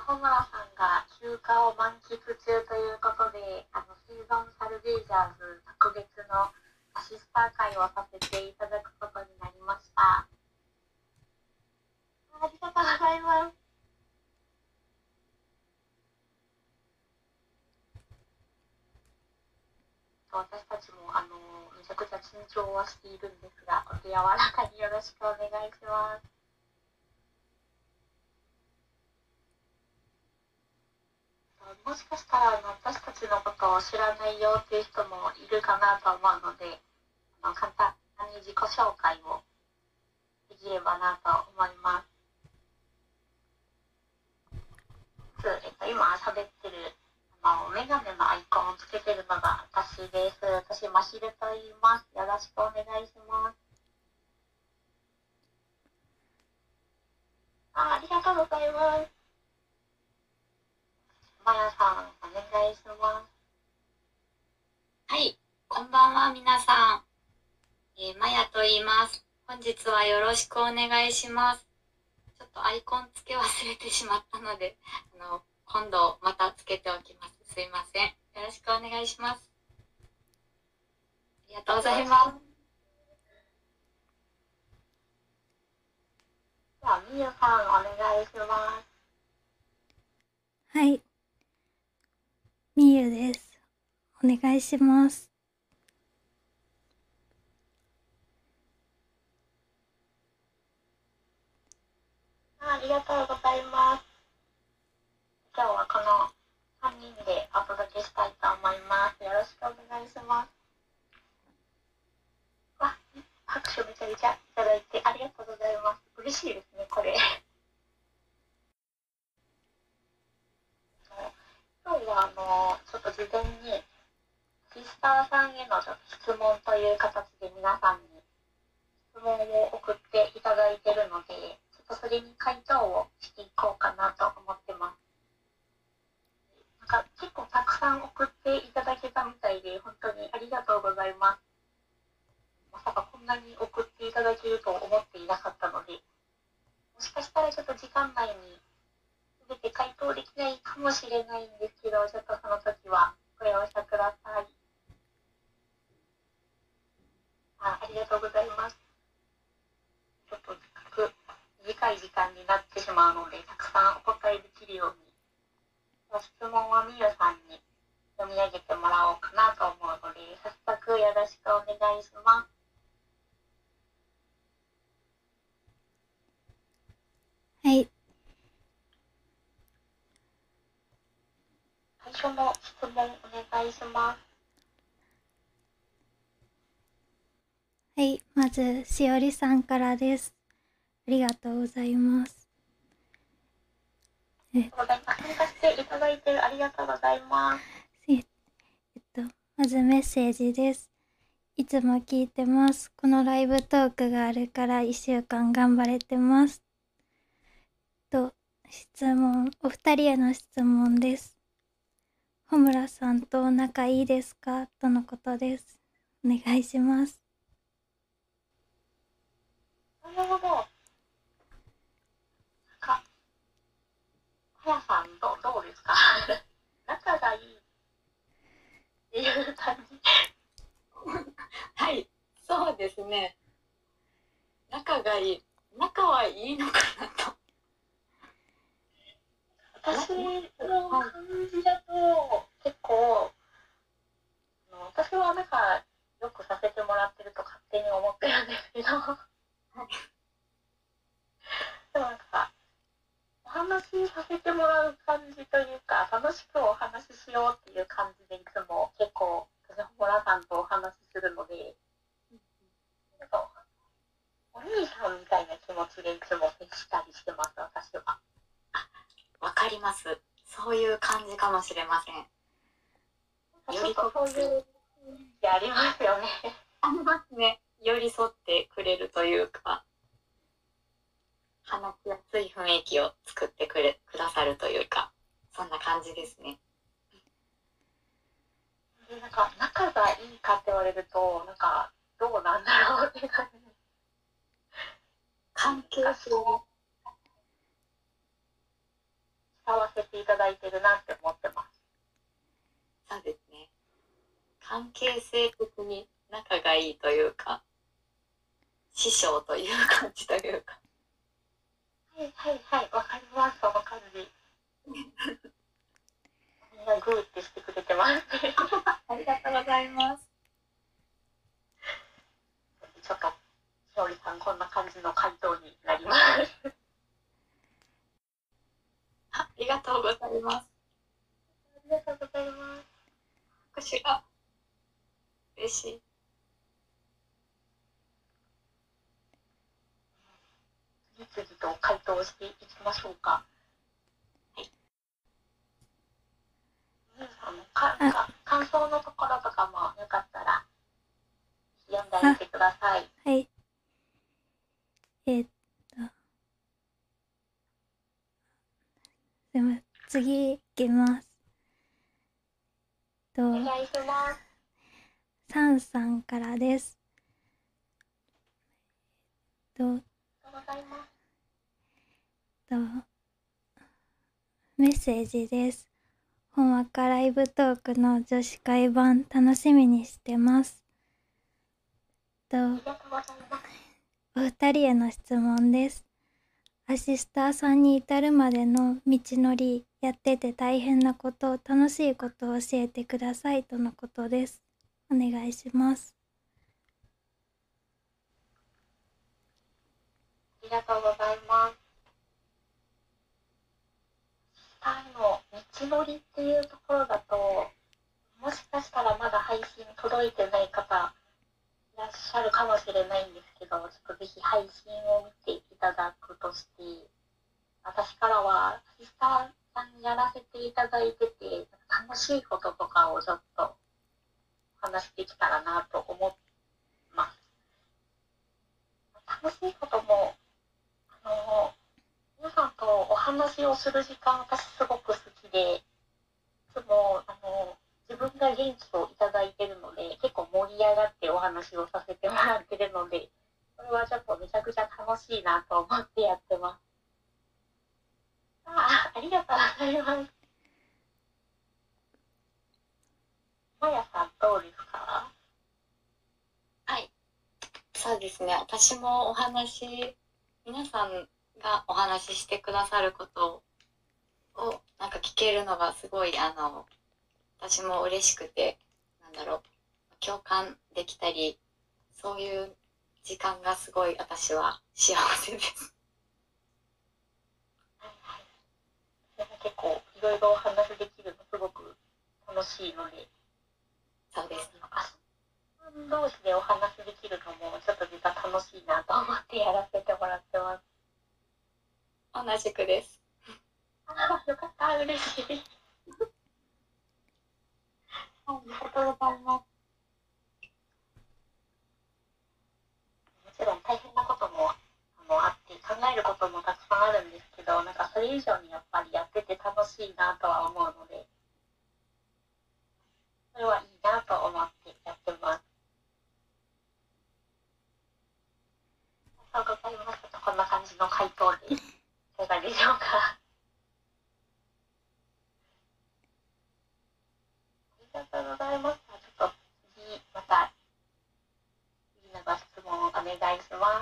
穂村さんが休暇を満喫中ということで、シーゾンサルベイジャーズ特別のアシスター会をさせていただくことになりました。ありがとうございます。私たちもめちゃくちゃ緊張はしているんですが、お手柔らかによろしくお願いします。もしかしたら私たちのことを知らないよっていう人もいるかなと思うので、簡単に自己紹介をできればなと思います。今喋ってるメガネのアイコンをつけてるのが私です。私、まひると言います。よろしくお願いします。ありがとうございます。まやさん、お願いします。 はい、こんばんは皆さん、まやと言います。本日はよろしくお願いします。ちょっとアイコンつけ忘れてしまったので、今度またつけておきます。すいません。よろしくお願いします。ありがとうございます。 では、みゆさん、お願いします。 はい、みゆです。お願いします。 ありがとうございます。今日はこの3人でお届けしたいと思います。よろしくお願いします。拍手めちゃめちゃいただいてありがとうございます。嬉しいですね、これ。今日はちょっと事前にシスターさんへの質問という形で皆さんに質問を送っていただいているので、ちょっとそれに回答をしていこうかなと思ってます。結構たくさん送っていただけたみたいで、本当にありがとうございます。まさかこんなに送っていただけると思っていなかったので、もしかしたらちょっと時間内に全て回答できないかもしれないんですけど、ちょっとその時はご容赦ください。ありがとうございます。ちょっと短い時間になってしまうので、たくさんお答えできるように、質問はみゆさんに読み上げてもらおうかなと思うので、早速よろしくお願いします。 はい。 最初の質問お願いします。 はい、まずしおりさんからです。ありがとうございます。 参加していただいてありがとうございます。 まずメッセージです。いつも聞いてます。このライブトークがあるから1週間頑張れてます。お二人への質問です。穂村さんと仲いいですかとのことです。お願いします。 なるほど。はやさん、どうですか仲がいいっていう感じ。 はい、そうですね。仲はいいのかなと。 私の感じだと、結構、私は仲良くさせてもらってると勝手に思ってるんですけど、でもお話しさせてもらう感じというか、楽しくお話ししようっていう感じでいつも結構、私、ホラさんとお話しするので、お兄さんみたいな気持ちでいつも接したりしてます、私は。 わかります。そういう感じかもしれません。 ちょっとそういうありますよね。 ありますね。寄り添ってくれるというか、話しやすい雰囲気を作ってくださるというか、そんな感じですね。 で仲がいいかって言われると、どうなんだろうって感じ。 関係性親使わせていただいてるなって思ってます。 そうですね。関係性的に仲がいいというか、師匠という感じというか。 はいはいはい、わかります、その感じ。みんなグーってしてくれてます。 ありがとうございます。 ちょっと、しおりさん、こんな感じの回答になります。 ありがとうございます。 ありがとうございます。 拍手が嬉しい。 次々と回答していきましょうか。 はい。 皆さんも感想のところとかもよかったら読んであげてください。 はい。でも次いきます。 お願いします。 サンさんからです。 ありがとうございます。 メッセージです。ほんわかライブトークの女子会版楽しみにしてます。 ありがとうございます。 お二人への質問です。アシスターさんに至るまでの道のり、やってて大変なこと、楽しいことを教えてくださいとのことです。お願いします。 ありがとうございます。道のりっていうところだと、もしかしたらまだ配信届いてない方いらっしゃるかもしれないんですけど、ちょっとぜひ配信を見ていただくとして、私からはアシスターさんにやらせていただいてて、楽しいこととかをちょっとお話しできたらなと思ってます。楽しいことも、皆さんとお話をする時間、私すごく好きで、いつも自分が元気をいただいてるので、結構盛り上がってお話をさせてもらってるので、これはちょっとめちゃくちゃ楽しいなと思ってやってます。ありがとうございます。まやさんどうですか？ はい。そうですね。私も皆さんがお話ししてくださることをなんか聞けるのがすごい私も嬉しくて、共感できたり、そういう時間がすごい私は幸せです。 結構いろいろお話できるのすごく楽しいので、 そうですね。 同士でお話できるのもちょっと実は楽しいなと思ってやらせてもらってます。 同じくです。 よかった、嬉しい。ありがとうございます。もちろん大変なこともあって考えることもたくさんあるんですけど、なんかそれ以上にやっぱりやってて楽しいなとは思うので、それはいいなと思ってやってます。ありがとうございます。こんな感じの回答でいかがでしょうか？ありがとうございます。ちょっと次のご質問をお願いします。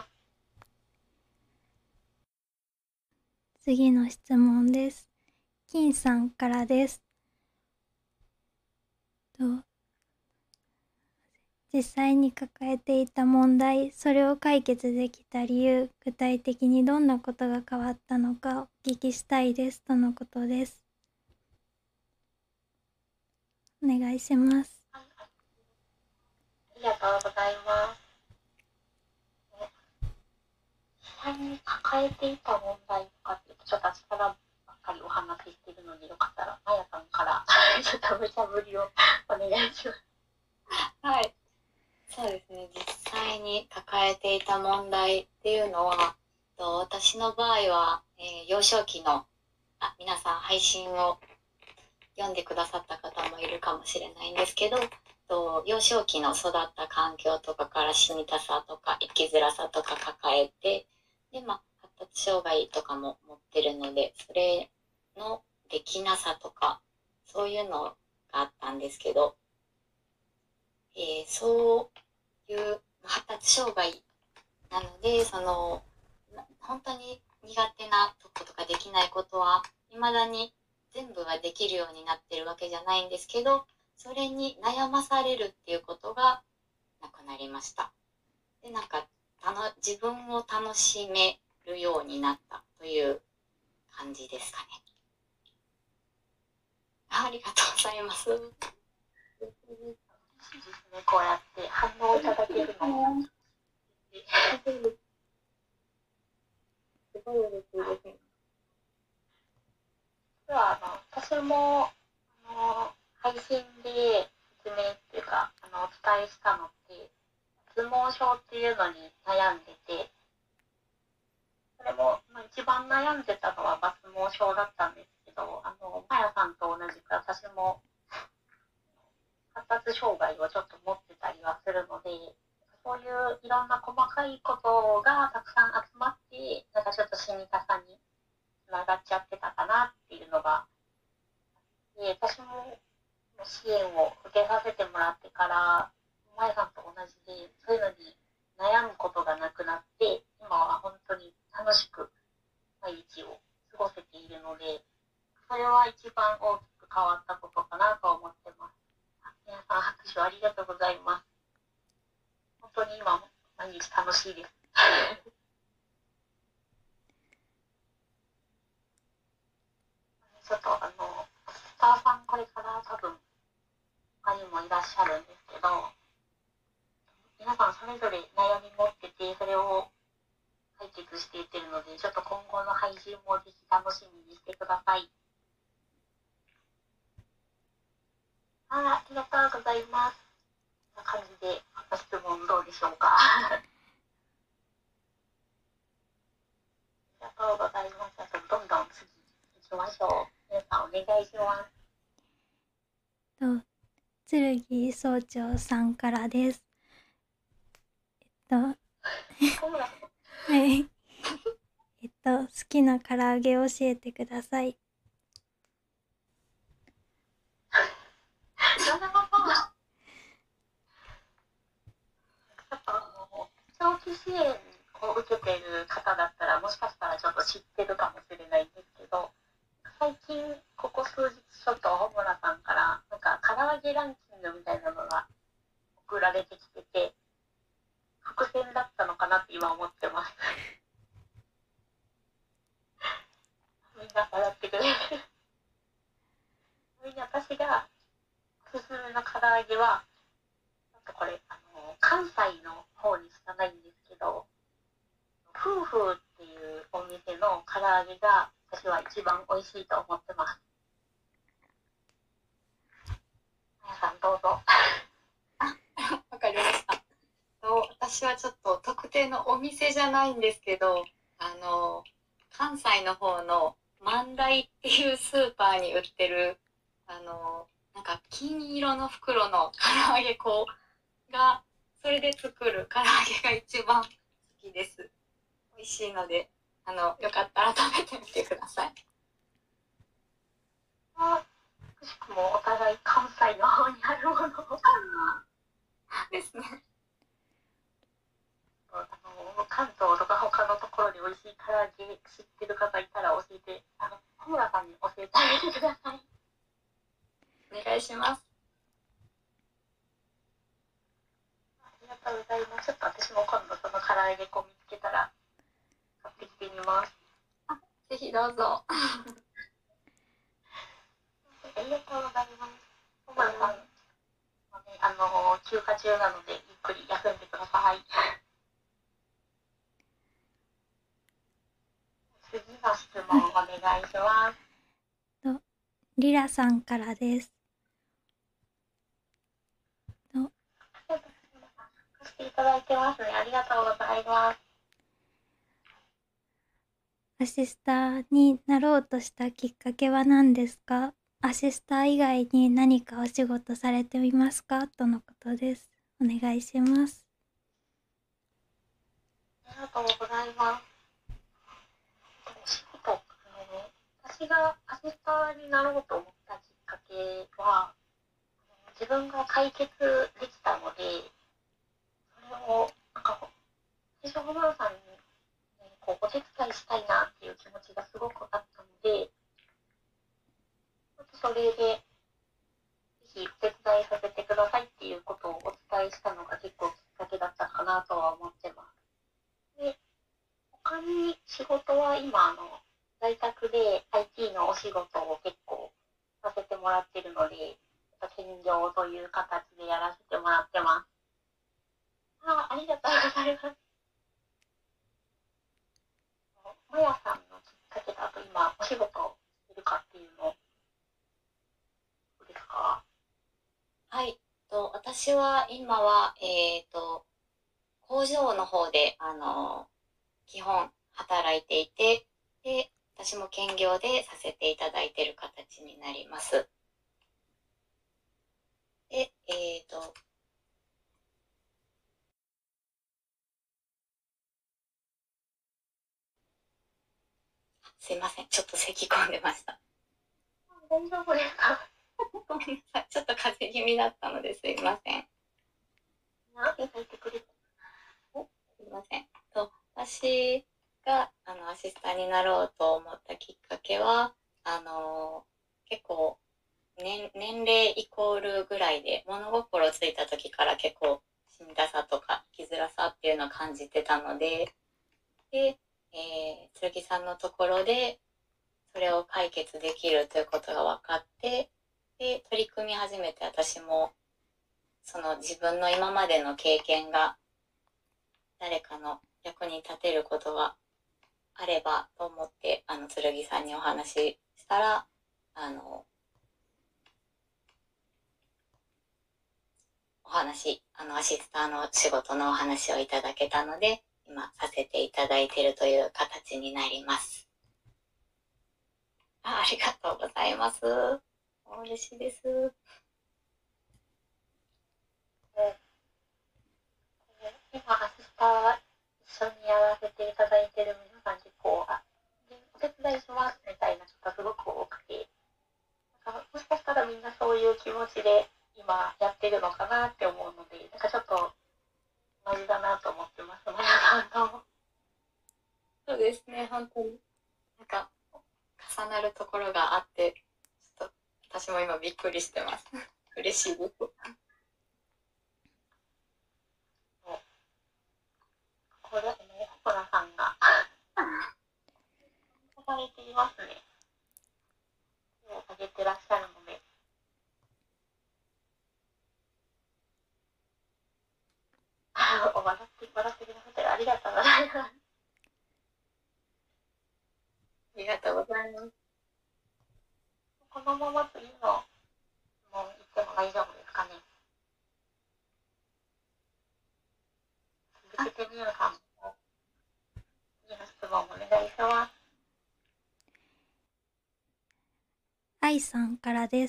次の質問です。金さんからです。実際に抱えていた問題、それを解決できた理由、具体的にどんなことが変わったのかお聞きしたいですとのことです。お願いします。 ありがとうございます。実際に抱えていた問題とかってちょっと私からばっかりお話ししているので、よかったらまやさんからちょっと無茶ぶりをお願いします。 はい。そうですね。実際に抱えていた問題っていうのは、私の場合は、幼少期の、皆さん配信を読んでくださった方もいるかもしれないんですけど、幼少期の育った環境とかから死にたさとか生きづらさとか抱えて、で、発達障害とかも持ってるので、それのできなさとか、そういうのがあったんですけど、そういう発達障害なので、本当に苦手なとことかできないことは、未だに全部ができるようになってるわけじゃないんですけど、それに悩まされるっていうことがなくなりました。で、自分を楽しめるようになったという感じですかね。ありがとうございます。 嬉しいですね、こうやって反応いただけるのも。すごい嬉しいですね。実は私も配信で説明っていうかお伝えしたのって脱毛症っていうのに悩んでて、それも一番悩んでたのは抜毛症だったんですけど、マヤさんと同じく私も発達障害をちょっと持ってたりはするので、そういういろんな細かいことがたくさん集まって、なんかちょっと死にたさにつながっちゃってたかなっていうのが、私も支援を受けさせてもらってから、まやさんと同じで、そういうのに悩むことがなくなって、今は本当に楽しく毎日を過ごせているので、それは一番大きく変わったことかなと思ってます。皆さん拍手ありがとうございます。本当に今毎日楽しいです。ちょっとスターさんこれから多分他にもいらっしゃるんですけど、皆さんそれぞれ悩み持ってて、それを解決していってるので、ちょっと今後の配信もぜひ楽しみにしてください。ありがとうございます。こんな感じで、ご質問どうでしょうか。ありがとうございます。どんどん次行きましょう。皆さんお願いします。 剣総長さんからです。はい。好きな唐揚げを教えてください。 長期支援を受けている方だったら、もしかしたらちょっと知ってるかもしれないんですけど、最近ここ数日ちょっと穂村さんからなんか唐揚げランキングみたいなのが送られてきてて、伏線だったのかなって今思ってます。みんな笑ってくれる。みんな私がおすすめの唐揚げは、なんかこれ関西の方にしかないんですけど、夫婦っていうお店の唐揚げが私は一番美味しいと思ってます。皆さんどうぞ。 わかりました。私はちょっと特定のお店じゃないんですけど、関西の方の万来っていうスーパーに売ってる、なんか金色の袋の唐揚げ粉が、それで作る唐揚げが一番好きです。美味しいので、よかったら食べてみてください。 くしくもお互い関西の方にあるものをですね。 関東とか他のところで美味しい唐揚げ知ってる方いたら教えて、小村さんに教えてあげてください。 お願いします。 ありがとうございます。ちょっと私も今度その唐揚げ粉見つけたら買ってきてみます。 ぜひどうぞ。 ありがとうございます。小村さん、休暇中なのでゆっくり休んでください。次の質問お願いします。 リラさんからです。 していただいてますね。ありがとうございます。 アシスターになろうとしたきっかけは何ですか？アシスター以外に何かお仕事されていますか？とのことです。お願いします。 ありがとうございます。お仕事、私私がアシスタになろうと思ったきっかけは、自分が解決できたので、それを、なんか、最初、浜田さんに、こう、お手伝いしたいなっていう気持ちがすごくあったので、それで、ぜひお手伝いさせてくださいっていうことをお伝えしたのが結構きっかけだったかなとは思ってます。で、他に仕事は今、在宅で IT のお仕事を結構させてもらってるので、兼業という形でやらせてもらってます。ありがとうございます。まやさんのきっかけだと今お仕事をしてるかっていうのどうですか？ はい。私は今は、工場の方で、基本働いていて、で、私も兼業でさせていただいている形になります。で、すいません。ちょっと咳込んでました。 大丈夫ですか？ ごめんなさい。ちょっと風邪気味だったのですいません。 何書いてくれた？ すいません。私がアシスタになろうと思ったきっかけは、結構、年齢イコールぐらいで、物心ついた時から結構、しんどさとか生きづらさっていうのを感じてたので、で、剣さんのところで、それを解決できるということが分かって、で、取り組み始めて私も、その自分の今までの経験が誰かの役に立てることがあればと思って、剣さんにお話ししたら、アシスターの仕事のお話をいただけたので、今させていただいているという形になります。ありがとうございます。嬉しいです。 今アシスタ一緒にやらせていただいてる皆さん結構、お手伝いしますみたいな人がすごく多くて、もしかしたらみんなそういう気持ちで今やってるのかなって思うので、ちょっと同じだなと思ってます、マヤさんと。 そうですね、本当に。なんか、重なるところがあって、ちょっと私も今びっくりしてます。嬉しいです。 これ、ほらさんがされていますね。手を挙げてらっしゃるので。笑ってくださってありがとうございます。 ありがとうございます。 このまま次の質問行っても大丈夫ですかね。続けてみようさんも次の質問お願いします。 愛さんからです。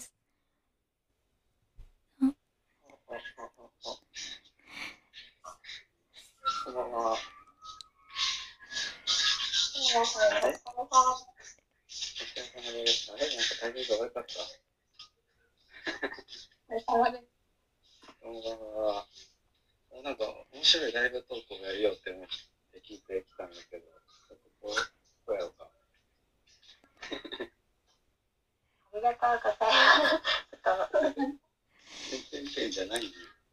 こんばんは。 皆さん、よろしくお願いします。 お疲れ様です。あれなんかタイミングが悪かった。 お疲れ様です。 こんばんは。なんか面白いライブ投稿やるよって思って聞いてきたんだけど、こうやろうか。 ありがとうございます。 全然じゃないよ。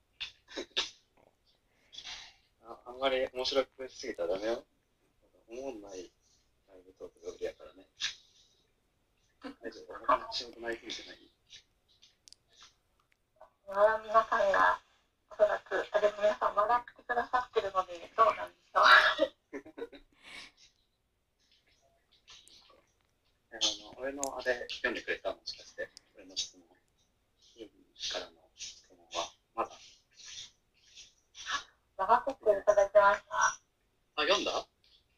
あんまり面白くしすぎたらダメよ。思んないライブトークが売りやからね。大丈夫。僕の仕事ないすぎてない。 まだ皆さんがおそらく、でも皆さん笑ってくださってるので、どうなんでしょう。 俺のあれ読んでくれたもしかして。俺の質問。インからの質問はまだ。 長せていただきました。 あ、読んだ？好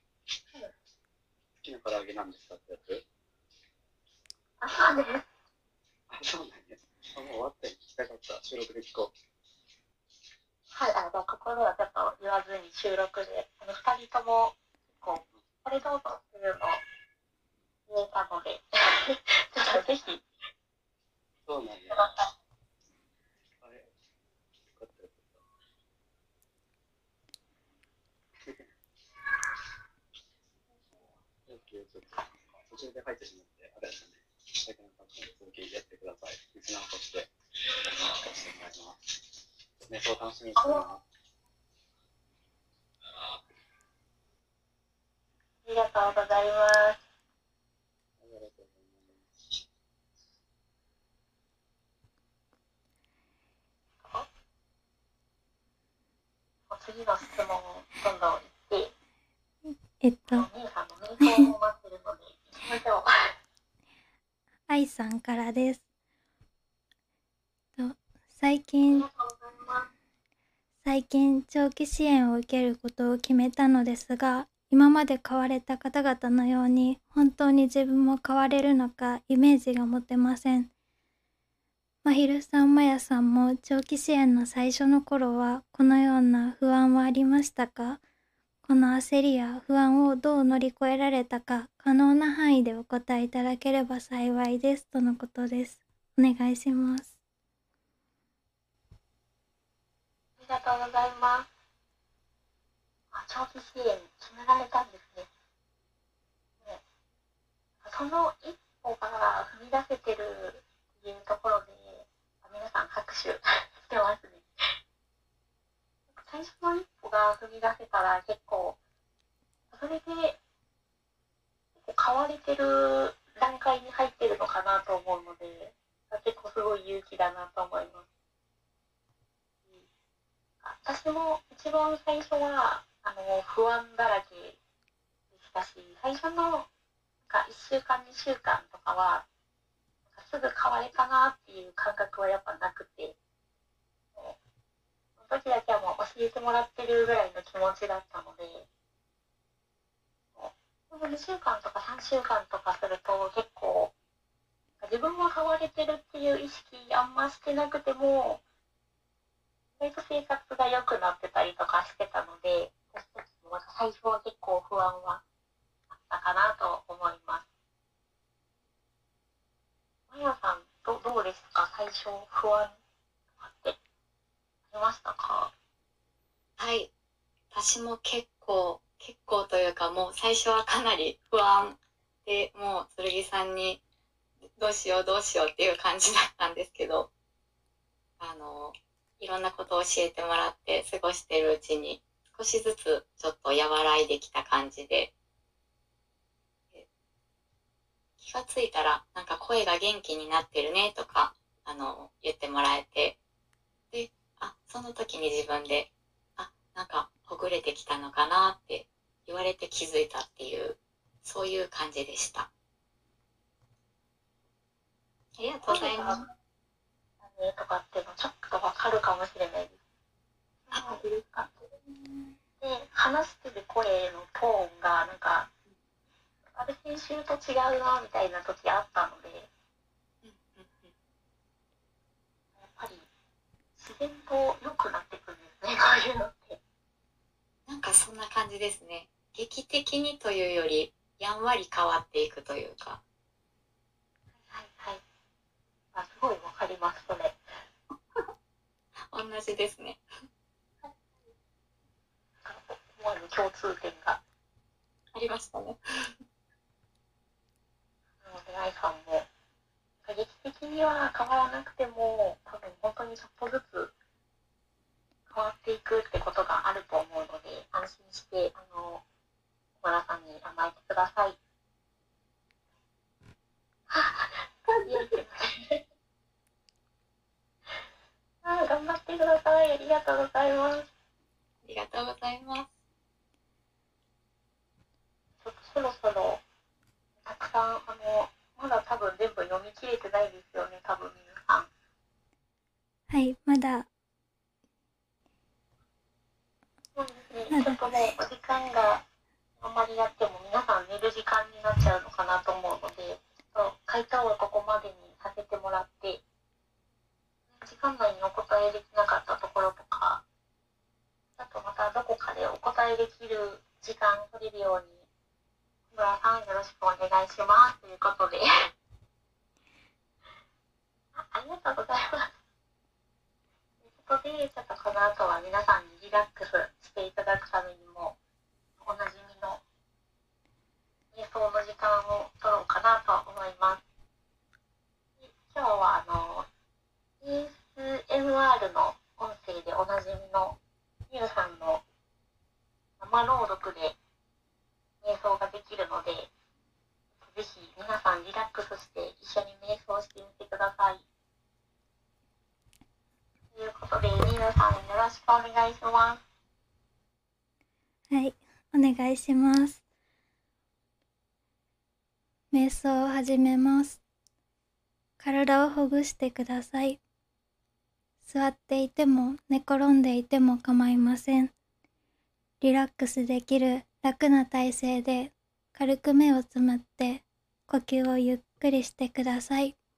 きな唐揚げなんですかってやつ？ そうです。 そうなんや。もう終わって聞きたかった。収録で聞こう。 はい、ここではちょっと言わずに収録で、2人とも、これどうぞっていうのを言えたので、ちょっとぜひ、 そうなんや。あれ、よかったよかった。ちょっと途中で入ってしまって、あれだね。だけど、続きやってください。リスナーとして、聞かせてもらいます。ね、そう楽しみにしてます。 ありがとうございます。 ありがとうございます。 次の質問をどんどん行って、 えっと、 姉さんの瞑想も待ってるので、行きましょう。 愛さんからです。最あり近がとうございます。 長期支援を受けることを決めたのですが、今まで買われた方々のように本当に自分も買われるのかイメージが持てません。まひるさん、まやさんも長期支援の最初の頃はこのような不安はありましたか？この焦りや不安をどう乗り越えられたか、可能な範囲でお答えいただければ幸いですとのことです。お願いします。 ありがとうございます。長期支援決められたんですね。ね、その一歩が踏み出せてるっていうところで、皆さん拍手してますね。最初の一歩が踏み出せたら結構、それで変われてる段階に入ってるのかなと思うので、結構すごい勇気だなと思います。私も一番最初は不安だらけでしたし、最初の1週間2週間とかはすぐ変われたなっていう感覚はやっぱなくて、その時だけはもう教えてもらってるぐらいの気持ちだったので、2週間とか3週間とかすると結構自分も変われてるっていう意識あんましてなくても、意外と生活が良くなってたりとかしてたので、私たちも最初は結構不安はあったかなと思います。まやさん、どうですか？最初不安ってありましたか？ はい。私も結構というか、もう最初はかなり不安で、もう剣さんにどうしようどうしようっていう感じだったんですけど、いろんなことを教えてもらって過ごしてるうちに、少しずつちょっと和らいできた感じで、気がついたら、なんか声が元気になってるねとか、言ってもらえて、で、その時に自分で、なんかほぐれてきたのかなって言われて気づいたっていう、そういう感じでした。ありがとうございます。 とかっていうのちょっとわかるかもしれないです。で、話してる声のトーンがなんか、あれ先週と違うなみたいな時あったので、やっぱり自然と良くなってくるんですね、こういうのって。 なんかそんな感じですね。劇的にというより、やんわり変わっていくというか。 はいはい。すごいわかります、それ。 同じですね。 思わぬ共通点が。 ありましたね。 なので、愛さんも、劇的には変わらなくても、多分本当にちょっとずつ変わっていくってことがあると思うので、安心して、小原さんに甘えてください。頑張ってください。ありがとうございます。 ありがとうございます。 ちょっとそろそろ、たくさん、まだ多分全部読み切れてないですよね、多分皆さん。 はい、まだ。 そうですね、ちょっともうお時間があんまりやっても皆さん寝る時間になっちゃうのかなと思うので、ちょっと回答はここまでにさせてもらって、時間内にお答えできなかったところとか、あとまたどこかでお答えできる時間を取れるように、 村さんよろしくお願いしますということでありがとうございます。ということで、ちょっとこの後は皆さんにリラックスしていただくためにも、おなじみの瞑想の時間を取ろうかなと思います。今日はASMR の音声でおなじみのゆうさんの生朗読で瞑想ができるので、ぜひ皆さんリラックスして一緒に瞑想してみてください。ということで、みゆさんよろしくお願いします。 はい、お願いします。瞑想を始めます。体をほぐしてください。座っていても寝転んでいても構いません。リラックスできる楽な体勢で軽く目をつむって呼吸をゆっくりしてください。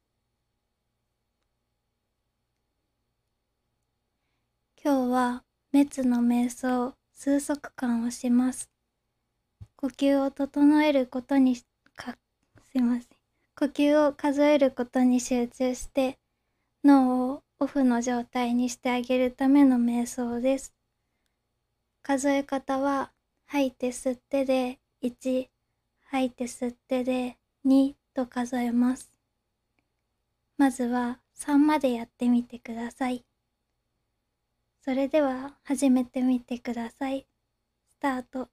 今日は滅の瞑想数息間をします。呼吸を整えることに呼吸を数えることに集中して脳をオフの状態にしてあげるための瞑想です。数え方は吐いて吸ってで1、吐いて吸ってで2と数えます。まずは3までやってみてください。それでは始めてみてください。スタート。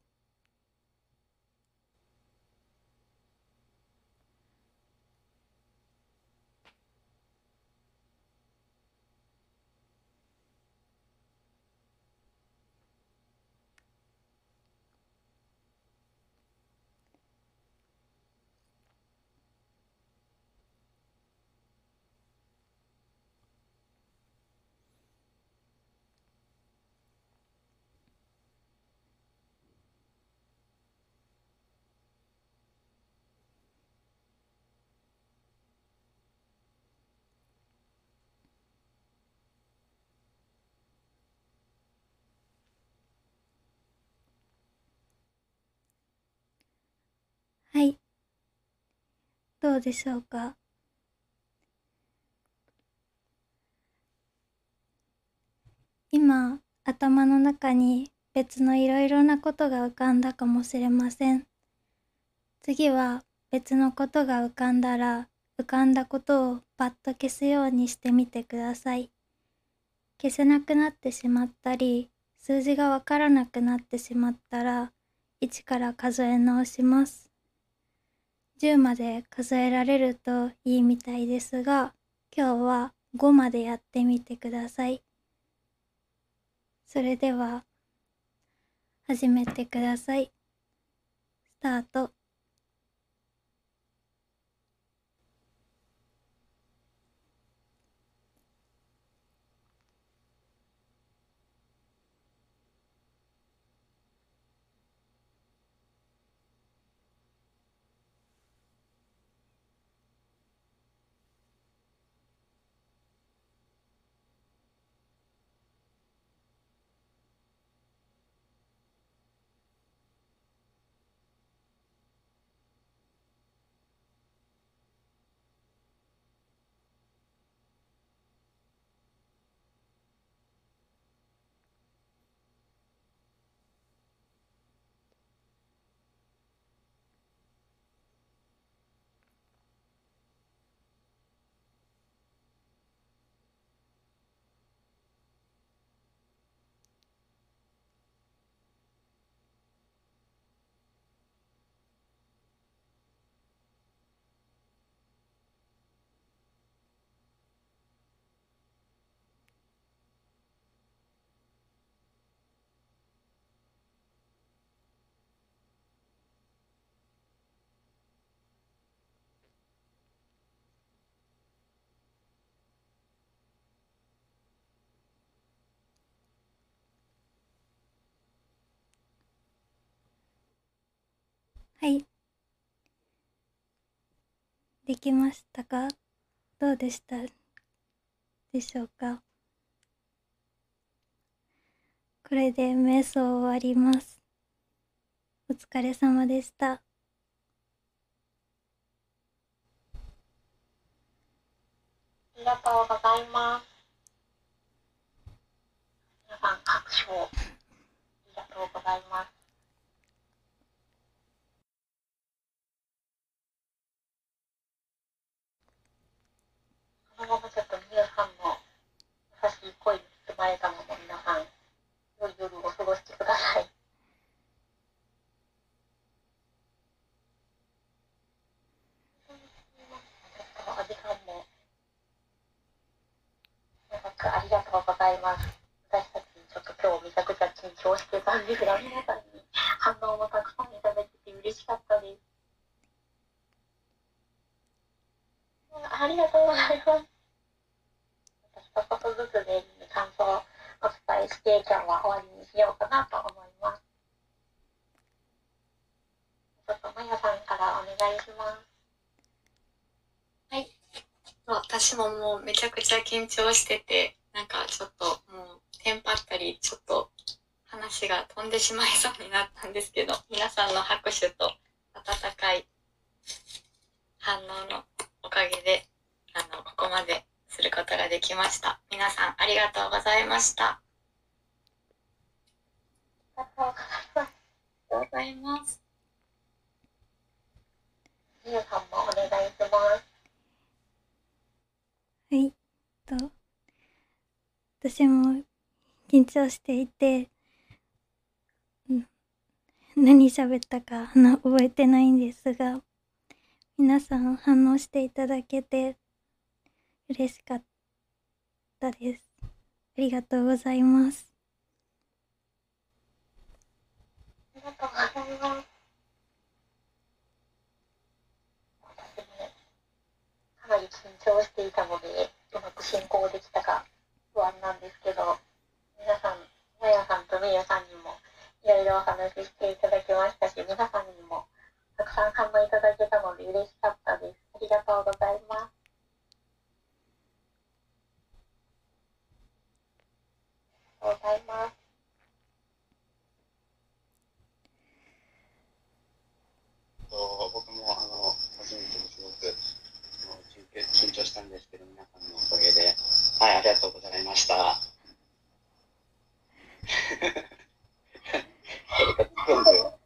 はい。どうでしょうか。今、頭の中に別のいろいろなことが浮かんだかもしれません。次は別のことが浮かんだら、浮かんだことをパッと消すようにしてみてください。消せなくなってしまったり、数字がわからなくなってしまったら、1から数え直します。10まで数えられるといいみたいですが、今日は5までやってみてください。それでは、始めてください。スタート。はい。できましたか？どうでしたでしょうか？これで瞑想終わります。お疲れ様でした。 りがとうございます。皆さん、拍手をありがとうございます。そのままちょっと皆さんの優しい声に包まれたまま皆さん、良い夜を過ごしてください。お時間も長くありがとうございます。私たちちょっと今日めちゃくちゃ緊張してたんですが、皆さんに反応もたくさんいただけて嬉しかったです。ありがとうございます。一言ずつで感想をお伝えして、今日は終わりにしようかなと思います。ちょっとまやさんからお願いします。 はい。私ももうめちゃくちゃ緊張してて、なんかちょっともうテンパったり、ちょっと話が飛んでしまいそうになったんですけど、皆さんの拍手と温かい反応のおかげで、ここまですることができました。皆さんありがとうございました。 ありがとうございます。 ありがとうございます。 みゆさんもお願いします。 はい。と、私も緊張していて、何喋ったか覚えてないんですが、皆さん反応していただけて嬉しかったです。ありがとうございます。 ありがとうございます。私もかなり緊張していたので、うまく進行できたか不安なんですけど、皆さん、まやさんとみゆさんにもいろいろお話ししていただきましたし、皆さんにもたくさん反応いただけたので嬉しかったです。ありがとうございます。ありがとうございます。 僕も初めてですごく緊張したんですけど、皆さんのおかげで、はい、ありがとうございました。誰か突っ込んでよ。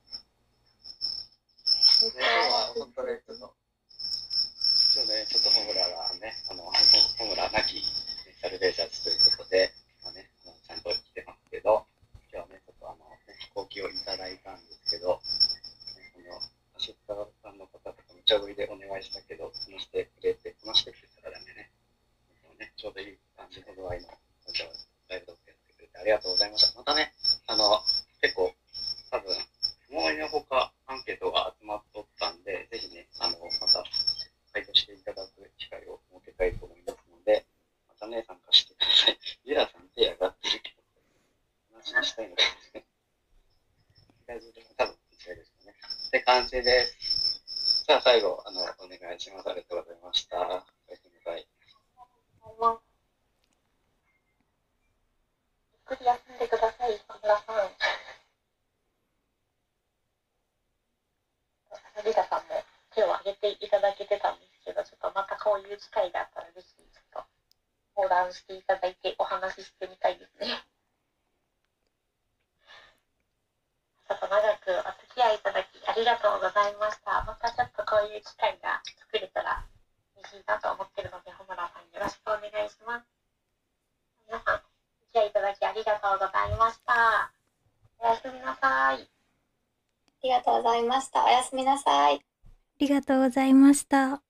今日は本当にちょっと、今日ね、ちょっとホムラがね、ホムラなきサルベージャーズということで、ちゃんと来てますけど、今日はね、ちょっと飛行機をいただいたんですけど、アシスタさんの方とか無茶ぶりでお願いしたけど、話してくれて、話してくれたらね、ちょうどいい感じの具合の、ライブ動画やってくれてありがとうございました。またね、結構、多分、思いのほかアンケートが集まっとったんで、ぜひね、また、回答していただく機会を設けたいと思いますので、またね、参加してください。ジラさん手上がってるけど、話したいので、多分、一緒ですかね。って感じです。じゃあ最後、お願いします。ありがとうございました。おやすみなさい。 ゆっくり休んでください、小村さん。リタさんも手を挙げていただけてたんですけど、ちょっとまたこういう機会があったら、ぜひちょっと相談していただいてお話ししてみたいですね。ちょっと長くお付き合いいただきありがとうございました。またちょっとこういう機会が作れたら嬉しいなと思ってるので、穂村さんよろしくお願いします。皆さん、お付き合いいただきありがとうございました。おやすみなさい。 ありがとうございました。おやすみなさい。 ありがとうございました。